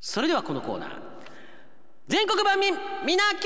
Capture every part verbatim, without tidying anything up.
それではこのコーナー、全国万民皆兄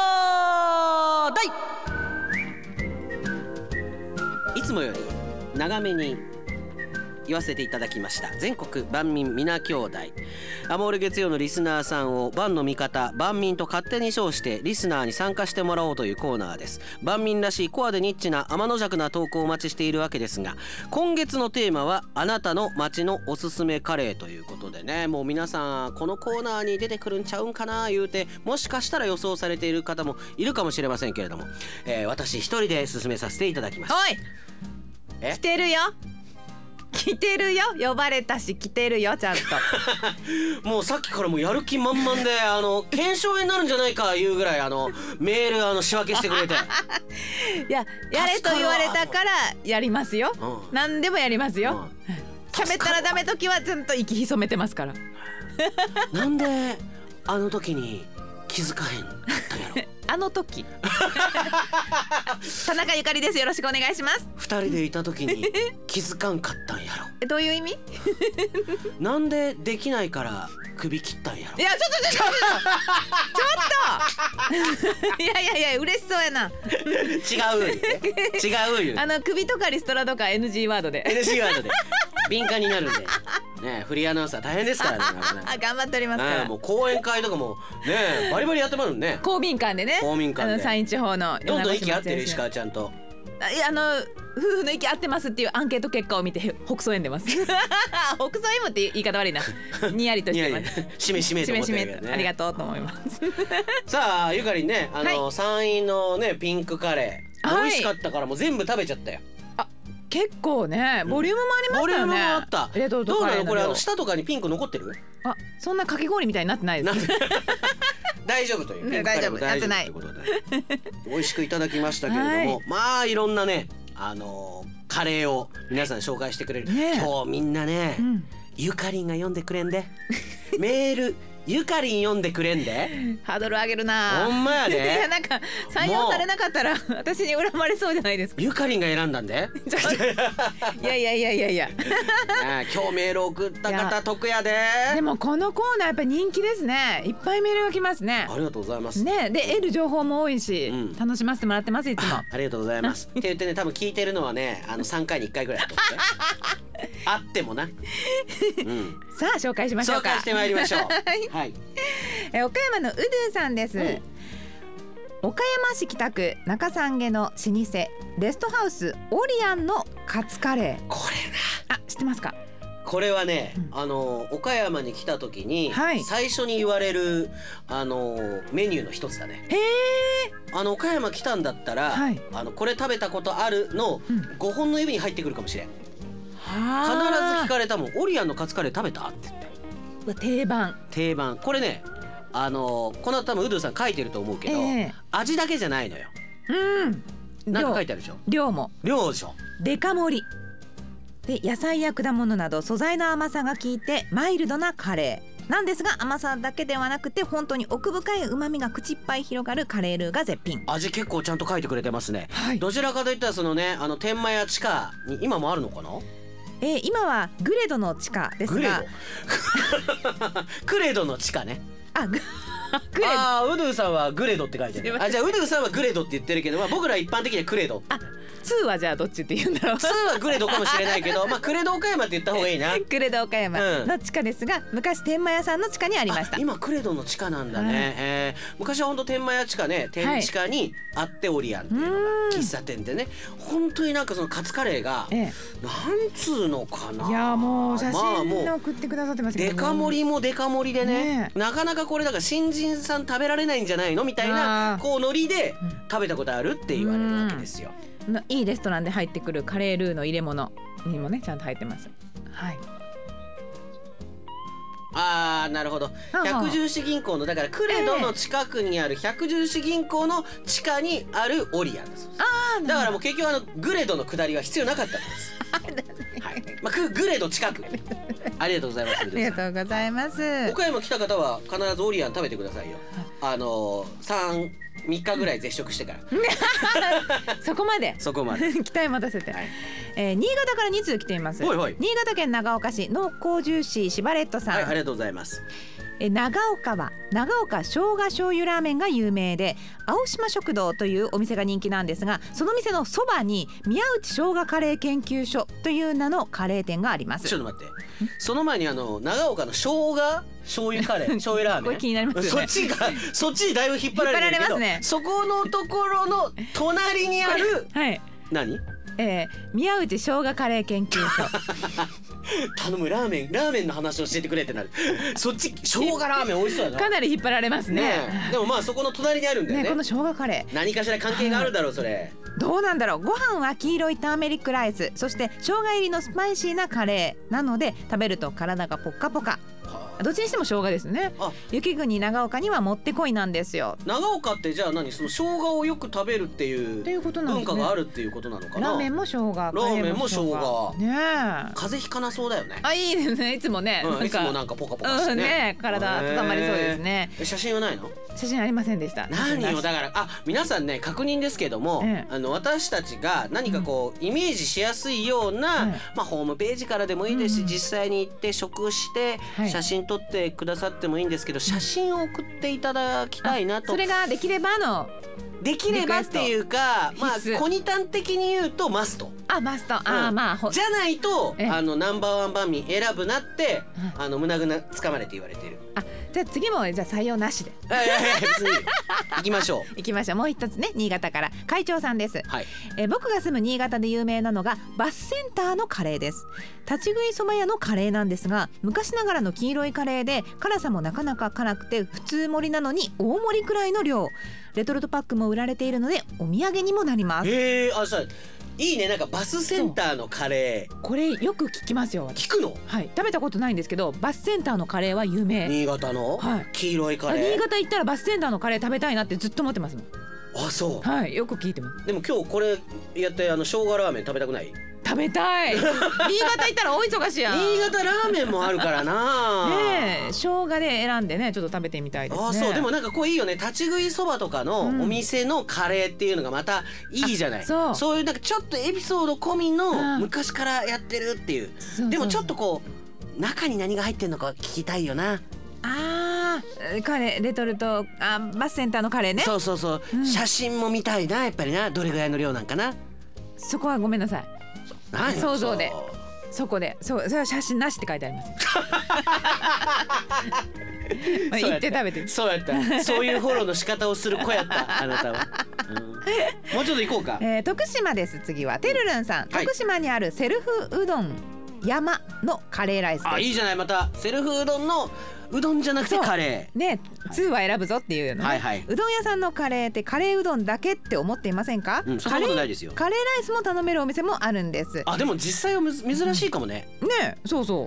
弟、いつもより長めに言わせていただきました。全国万民皆兄弟、アモール月曜のリスナーさんを万の味方万民と勝手に称してリスナーに参加してもらおうというコーナーです。万民らしいコアでニッチな天の弱な投稿をお待ちしているわけですが、今月のテーマはあなたの街のおすすめカレーということでね、もう皆さんこのコーナーに出てくるんちゃうんかな言うて、もしかしたら予想されている方もいるかもしれませんけれども、えー、私一人で進めさせていただきます。 おい、 え来てるよ来てるよ、呼ばれたし来てるよ、ちゃんともうさっきからもうやる気満々で、あの検証になるんじゃないかいうぐらい、あのメールあの仕分けしてくれていや、やれと言われたからやりますよ、うん、何でもやりますよ、喋、うん、ったらダメ時はずっと息潜めてますからなんであの時に気づかへんかったやろあの時田中ゆかりです、よろしくお願いします。 二人でいた時に気づかんかったんやろえ、どういう意味なんでできないから首切ったんやろ。 いや、ちょっとちょっとちょっといやいやいや、嬉しそうやな違うよ、ね、違うよ、 あの首とかリストラとか エヌジー ワードでエヌジー ワードで敏感になるんでね、フリーアナウンサー大変ですからね頑張っておりますから、 もう講演会とかもねバリバリやってますもんね。 公民館でね、 公民館であの山陰地方のどんどん息合ってる、石川ちゃんと。 あ、いや、あの夫婦の息合ってますっていうアンケート結果を見て北総園出ます北総園もって言い方悪いなにやりとしてますしめしめと思ってるけどね、 ありがとうと思いますさあゆかりんね、あの、はい、山陰のねピンクカレー、はい、美味しかったからもう全部食べちゃったよ。 あ、結構ねボリュームもありましたよね、ボリュームもあった。 どうなのこれ、あの下とかにピンク残ってる？ あ、そんなかき氷みたいになってないです大丈夫という、ピンクカレーも大丈夫ということで美味しくいただきましたけれども、はい、まあいろんなね、あのー、カレーを皆さん紹介してくれる、ね、今日みんなね、うん、ゆかりんが読んでくれんでメールゆかりん読んでくれんでハードル上げるな。 ほんまやで、 いや、なんか採用されなかったら私に恨まれそうじゃないですか。 ゆかりんが選んだんでいやいやいやいやいや今日メール送った方得やで。 でもこのコーナーやっぱり人気ですね。いっぱいメールが来ますね。 ありがとうございますね。で得る情報も多いし、うん、楽しませてもらってます、いつも。 あ, ありがとうございますって言ってね、多分聞いてるのはね、あのさんかいにいっかいぐらいだと思ってあってもな、うん、 さあ紹介しましょうか。 紹介してまいりましょうはい、 え岡山のうどうさんです、うん、岡山市北区中山下の老舗レストハウスオリアンのカツカレー。 これな、あ、知ってますか？ これはね、うん、あの岡山に来た時に、はい、最初に言われるあのメニューの一つだね。 へー、 あの岡山来たんだったら、はい、あのこれ食べたことあるのごほんの指に入ってくるかもしれん、うん、必ず聞かれたもん、オリアンのカツカレー食べたって言って。 定番定番、これね、あのこの多分ウドゥさん書いてると思うけど、えー、味だけじゃないのよ。うん、なんか書いてあるでしょ。 量も量でしょ。 デカ盛りで野菜や果物など素材の甘さが効いてマイルドなカレーなんですが、甘さだけではなくて本当に奥深い旨味が口いっぱい広がるカレールーが絶品。 味結構ちゃんと書いてくれてますね、 はい、 どちらかといったらそのね、あの天満屋地下に今もあるのかな。 えー、今はグレドの地下ですがグレドの地下ね。 あ、ググレド。 あー、ウドゥさんはグレドって書いてる。あ、じゃあウドゥさんはグレドって言ってるけど、まあ、僕ら一般的にはクレドって。 あ、ツーはじゃあどっちって言うんだろう。 ツーはグレドかもしれないけど、まあクレド岡山って言った方がいいな。 クレド岡山の地下ですが、うん、昔天満屋さんの地下にありました。 今クレドの地下なんだね、はい、えー、昔は本当天満屋地下ね、天地下にあってオリアンっていうのが喫茶店でね、本当になんかそのカツカレーが、ええ、なんつうのかな。 いやもう写真送ってくださってますけど、 デカ盛りもデカ盛りでね、ね、なかなかこれだから新人さん食べられないんじゃないのみたいなこうノリで食べたことあるって言われるわけですよ。 いいレストランで入ってくるカレールーの入れ物にもねちゃんと入ってます。はい。あー、なるほど。百十四銀行のだからクレドの近くにある百十四銀行の地下にあるオリアンです。あー、だからもう結局あのグレドの下りは必要なかったんです。はい。まあグレド近く。ありがとうございます。 ありがとうございます。 岡山来た方は必ずオリアン食べてくださいよ。あの三みっかぐらい絶食してからそこまでそこまで期待待たせて、はい、えー、新潟からに通来ています。 ほいほい。 新潟県長岡市の甲州市シバレットさん、 はい、ありがとうございます。 え長岡は長岡生姜醤油ラーメンが有名で、青島食堂というお店が人気なんですが、その店のそばに宮内生姜カレー研究所という名のカレー店があります。 ちょっと待って、その前にあの長岡の生姜醤油カレー醤油ラーメンこれ気になりますよね。 そっちがそっちにだいぶ引っ張られてるけど、 ね、 そこのところの隣にあるはい何、 えー、宮内生姜カレー研究所頼む、ラーメンラーメンの話を教えてくれってなるそっち生姜ラーメン美味しそうだな。 かなり引っ張られます ね, ねでもまあそこの隣にあるんだよ ね, ねこの生姜カレー何かしら関係があるだろう、それ。 どうなんだろう。ご飯は黄色いターメリックライス、そして生姜入りのスパイシーなカレーなので、食べると体がポッカポカ。どっちにしても生姜ですね。雪国長岡にはもってこいなんですよ。 長岡ってじゃあ何、その生姜をよく食べるっていう文化があるっていうことなのかな。 ラーメンも生姜、ラーメンも生姜ねえ。 風邪ひかなそうだよね。 あ、いいですね。いつもね、 うん、いつもなんかポカポカしてね、うん、 ね、体温まりそうですね。 写真はないの？ 写真ありませんでした。 何よ、だからあ皆さんね、確認ですけども、ええ、あの私たちが何かこう、うん、イメージしやすいような、うん、まあホームページからでもいいですし、うん、実際に行って食して写真撮ってくださってもいいんですけど、はい、写真を送っていただきたいなと。 それができればのできればっていうか、まあコニタン的に言うとマスト。 あ、マスト。あ、うん、まあじゃないとあのナンバーワン番民選ぶなって、うん、あの胸ぐなつかまれて言われてる。 あ、じゃあ次もじゃあ採用なしで。 いやいやいや、別に行きましょう。 行きましょう。もう一つね、新潟から会長さんです。 はい。 え僕が住む新潟で有名なのがバスセンターのカレーです。立ち食いそば屋のカレーなんですが、昔ながらの黄色いカレーで辛さもなかなか辛くて普通盛りなのに大盛りくらいの量。レトルトパックも売られているのでお土産にもなります。 へー、あ、そういいね。なんかバスセンターのカレー、 これよく聞きますよ。 聞くの？ はい、食べたことないんですけど、バスセンターのカレーは有名。 新潟の、はい、黄色いカレー。 新潟行ったらバスセンターのカレー食べたいなってずっと思ってますもん。 あ、そう。 はい、よく聞いてます。 でも今日これやってあの生姜ラーメン食べたくない？ 食べたい新潟行ったら大忙しやん。 新潟ラーメンもあるからなねえ、生姜で選んでね、ちょっと食べてみたいですね。 あ、そう。でもなんかこういいよね。立ち食いそばとかのお店のカレーっていうのがまたいいじゃない、うん、そう、そういうなんかちょっとエピソード込みの昔からやってるっていう、うん、でもちょっとこう中に何が入ってるのか聞きたいよな。 あー、カレー、レトルト、あ、バスセンターのカレーね。 そうそうそう、うん、写真も見たいな、やっぱりな。どれぐらいの量なんかな。 そこはごめんなさい、想像で、そこで、そう、それは写真なしって書いてありますまあ行って食べて。 そうやった。そういうフォローの仕方をする子やったあなたは、うん、もうちょっと行こうか。 えー、徳島です。次はてるるんさん、はい、徳島にあるセルフうどん山のカレーライスです。 あ、いいじゃない。またセルフうどんのうどんじゃなくてカレーね、には選ぶぞっていうのね、はいはい、うどん屋さんのカレーってカレーうどんだけって思っていませんか？ うん、そんなことないですよ。 カレーライスも頼めるお店もあるんです。 あ、でも実際はむ珍しいかもね、 うん、ね、そうそう、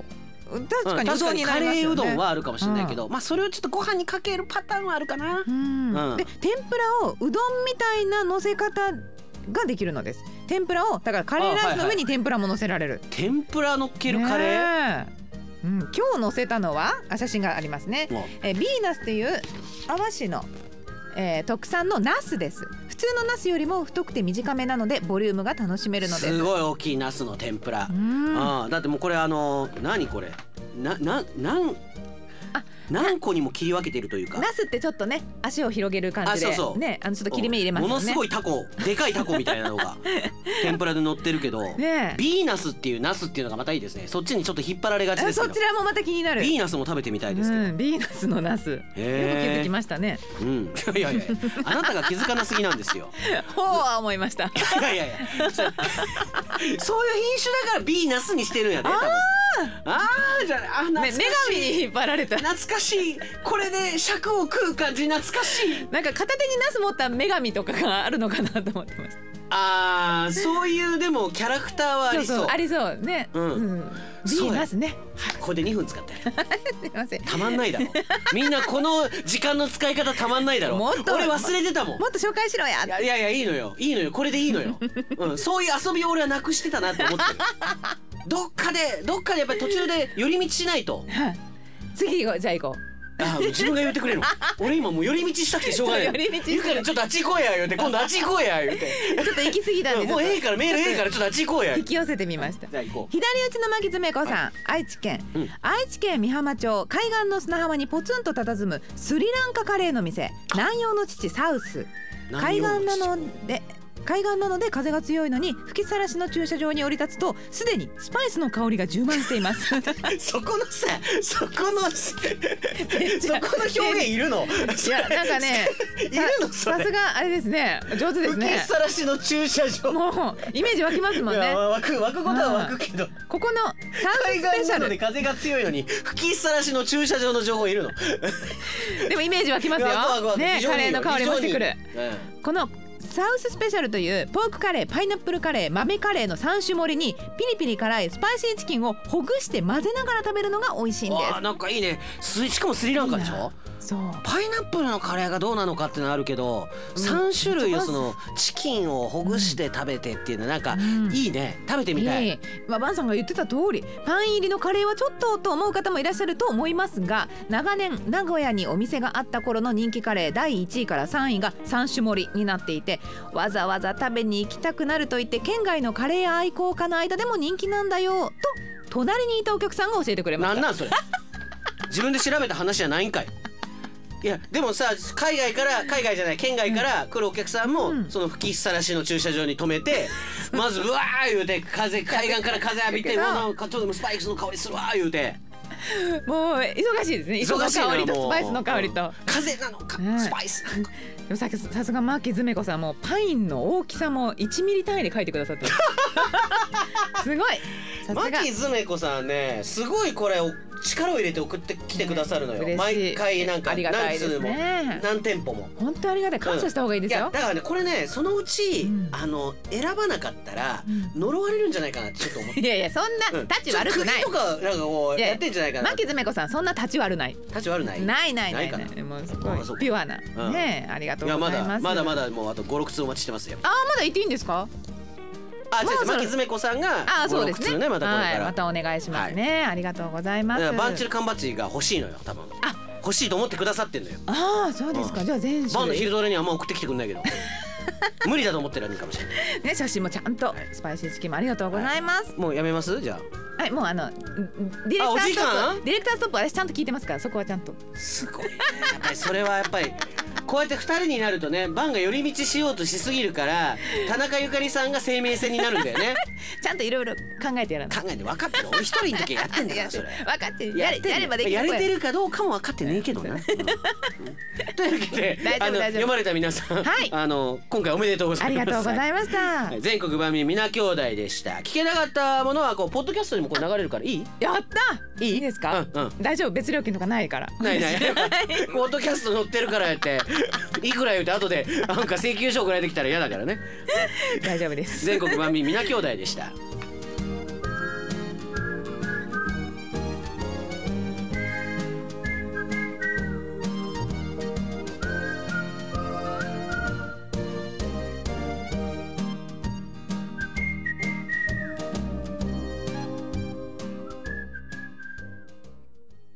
確かにうどんになりますよね。カレーうどんはあるかもしれないけど、うん、まあそれをちょっとご飯にかけるパターンはあるかな、うんうん、で天ぷらをうどんみたいな乗せ方ができるのです。天ぷらをだからカレーライスの上に天ぷらも乗せられる、はいはい、 天ぷら乗っけるカレー、 ね、うん、今日載せたのはあ写真がありますね、えビーナスっていう阿波市の、えー、特産のナスです。普通のナスよりも太くて短めなのでボリュームが楽しめるのです。 すごい大きいナスの天ぷら、あ、だってもうこれあの何これなななん何個にも切り分けているというか、 ナスってちょっとね足を広げる感じで、 そうそう、 ね、あのちょっと切り目入れますよね。 ものすごいタコ、でかいタコみたいなのが天ぷらで乗ってるけど、ね、ビーナスっていうナスっていうのがまたいいですね。そっちにちょっと引っ張られがちですけど、 そちらもまた気になる。ビーナスも食べてみたいですけど、うん、 ビーナスのナス、よく気づきましたね。 うん、いやいやあなたが気づかなすぎなんですよほうは思いましたいやいやいやそういう品種だからビーナスにしてるんやで、多分。ああ、じゃあ、あ、懐かしい。 女神に引っ張られた。 懐かしい。これで尺を食う感じ、懐かしい。 なんか片手にナス持った女神とかがあるのかなと思ってました。 ああ、そういうでもキャラクターはありそう。 そうそう、ありそうね。うん。うん、ビーナスね。 はい、これでにふん使って。 すみません。 たまんないだろ。みんなこの時間の使い方たまんないだろ。もっと俺忘れてたもん。 もっと紹介しろや。 いやいやいや、いいのよ。いいのよ。これでいいのよ。うん、そういう遊びを俺はなくしてたなって思ってる。どっかでどっかでやっぱり途中で寄り道しないと。 次じゃあ行こう。 あ自分が言ってくれるの俺今もう寄り道したくてしょうがない寄り道言うからちょっとあっち行こうや言うて今度あっち行こうや言うてちょっと行き過ぎたんでもうええからメールええからちょっとあっち行こうや引き寄せてみました。 じゃあ行こう。 左打ちの牧爪子さん、はい、愛知県、 うん、 愛知県美浜町海岸の砂浜にポツンと佇むスリランカカレーの店南洋の父サウス。海岸なので海岸なので風が強いのに吹きさらしの駐車場に降り立つとすでにスパイスの香りが充満していますそこのさそこのそこの表現いるのいやなんかねいるのそれさすがあれですね上手ですね。 吹きさらしの駐車場もうイメージ湧きますもんね。 湧く湧くことは湧くけどここのサウススペ海岸シャルなので風が強いのに吹きさらしの駐車場の情報いるのでもイメージ湧きますよね。カレーの香りもしてくる、うん、このサウススペシャルというポークカレー、パイナップルカレー、豆カレーのさん種盛りにピリピリ辛いスパイシーチキンをほぐして混ぜながら食べるのが美味しいんです。 あなんかいいね。しかもスリランカでしょ。 そうパイナップルのカレーがどうなのかってのあるけど、うん、さん種類をそのチキンをほぐして食べてっていうのはなんかいいね、うん、食べてみたい。いい、 まあ、バンさんが言ってた通りパン入りのカレーはちょっとと思う方もいらっしゃると思いますが、長年名古屋にお店があった頃の人気カレーだいいちいからさんいがさん種盛りになっていて、わざわざ食べに行きたくなると言って県外のカレー愛好家の間でも人気なんだよと隣にいたお客さんが教えてくれました。 なんなんそれ自分で調べた話じゃないんかい。いやでもさ、海外から海外じゃない県外から来るお客さんも、うん、その吹きさらしの駐車場に止めてまずうわー言うて風海岸から風浴びてもうなんかちょっとスパイスの香りするわー言うてもう忙しいですね。磯の香りとスパイスの香りと風なのか、うん、スパイスなのか。 でもささすがマーキーズメコさんもパインの大きさもいちミリ単位で書いてくださってますすごいさすがマーキーズメコさんね、すごいこれ力を入れて送ってきてくださるのよ、ね、毎回なんか何通も何店舗も本当ありがたい。感謝した方がいいですよ、 うん、いやだからねこれねそのうち、うん、あの選ばなかったら、うん、呪われるんじゃないかなってちょっと思って。 いやいやそんな立ち悪くない、 うん、首とかなんかこうやってんじゃないかな。 マキズメコさんそんな立ち悪ない立ち悪ないないないないないないもうすごいピュアな、うん、ねありがとうございます。 いやまだまだまだもうあとごろく通お待ちしてますよ。 あまだ言っていいんですか。 あ、違う違う、牧詰子さんがごろく通ね、またこれから、はい、 またお願いしますね、はい、ありがとうございます。 バンチル缶バッジが欲しいのよ多分。あ、欲しいと思ってくださってんのよ。 ああそうですか、うん、じゃあ全種類バンの昼ドレにはあんま送ってきてくんないけど無理だと思ってるかもしれないね。写真もちゃんと、はい、スパイシーチキンもありがとうございます、 はい、もうやめますじゃあ。はい、 もうあのディレクターストップディレクターストップ私ちゃんと聞いてますから、そこはちゃんと。 すごいねやっぱりそれはやっぱりこうやってふたりになるとね、バンが寄り道しようとしすぎるから田中ゆかりさんが生命線になるんだよねちゃんといろいろ考えてやらない。 考えて分かってる。俺一人の時やってんだからそれ分かってる。やれやればできる。 やれてるかどうかも分かってねえけどな、うんうん、というわけであの読まれた皆さん、はい、あの今回おめでとうございます。 ありがとうございました。 全国番組皆兄弟でした。聞けなかったものはこうポッドキャストにもこう流れるからいい？ やったいい、いいですか、うんうん、大丈夫、別料金とかないからないないポッドキャスト載ってるからやっていくら言うて後でなんか請求書送られてきたら嫌だからね大丈夫です。 全国番組皆兄弟でした。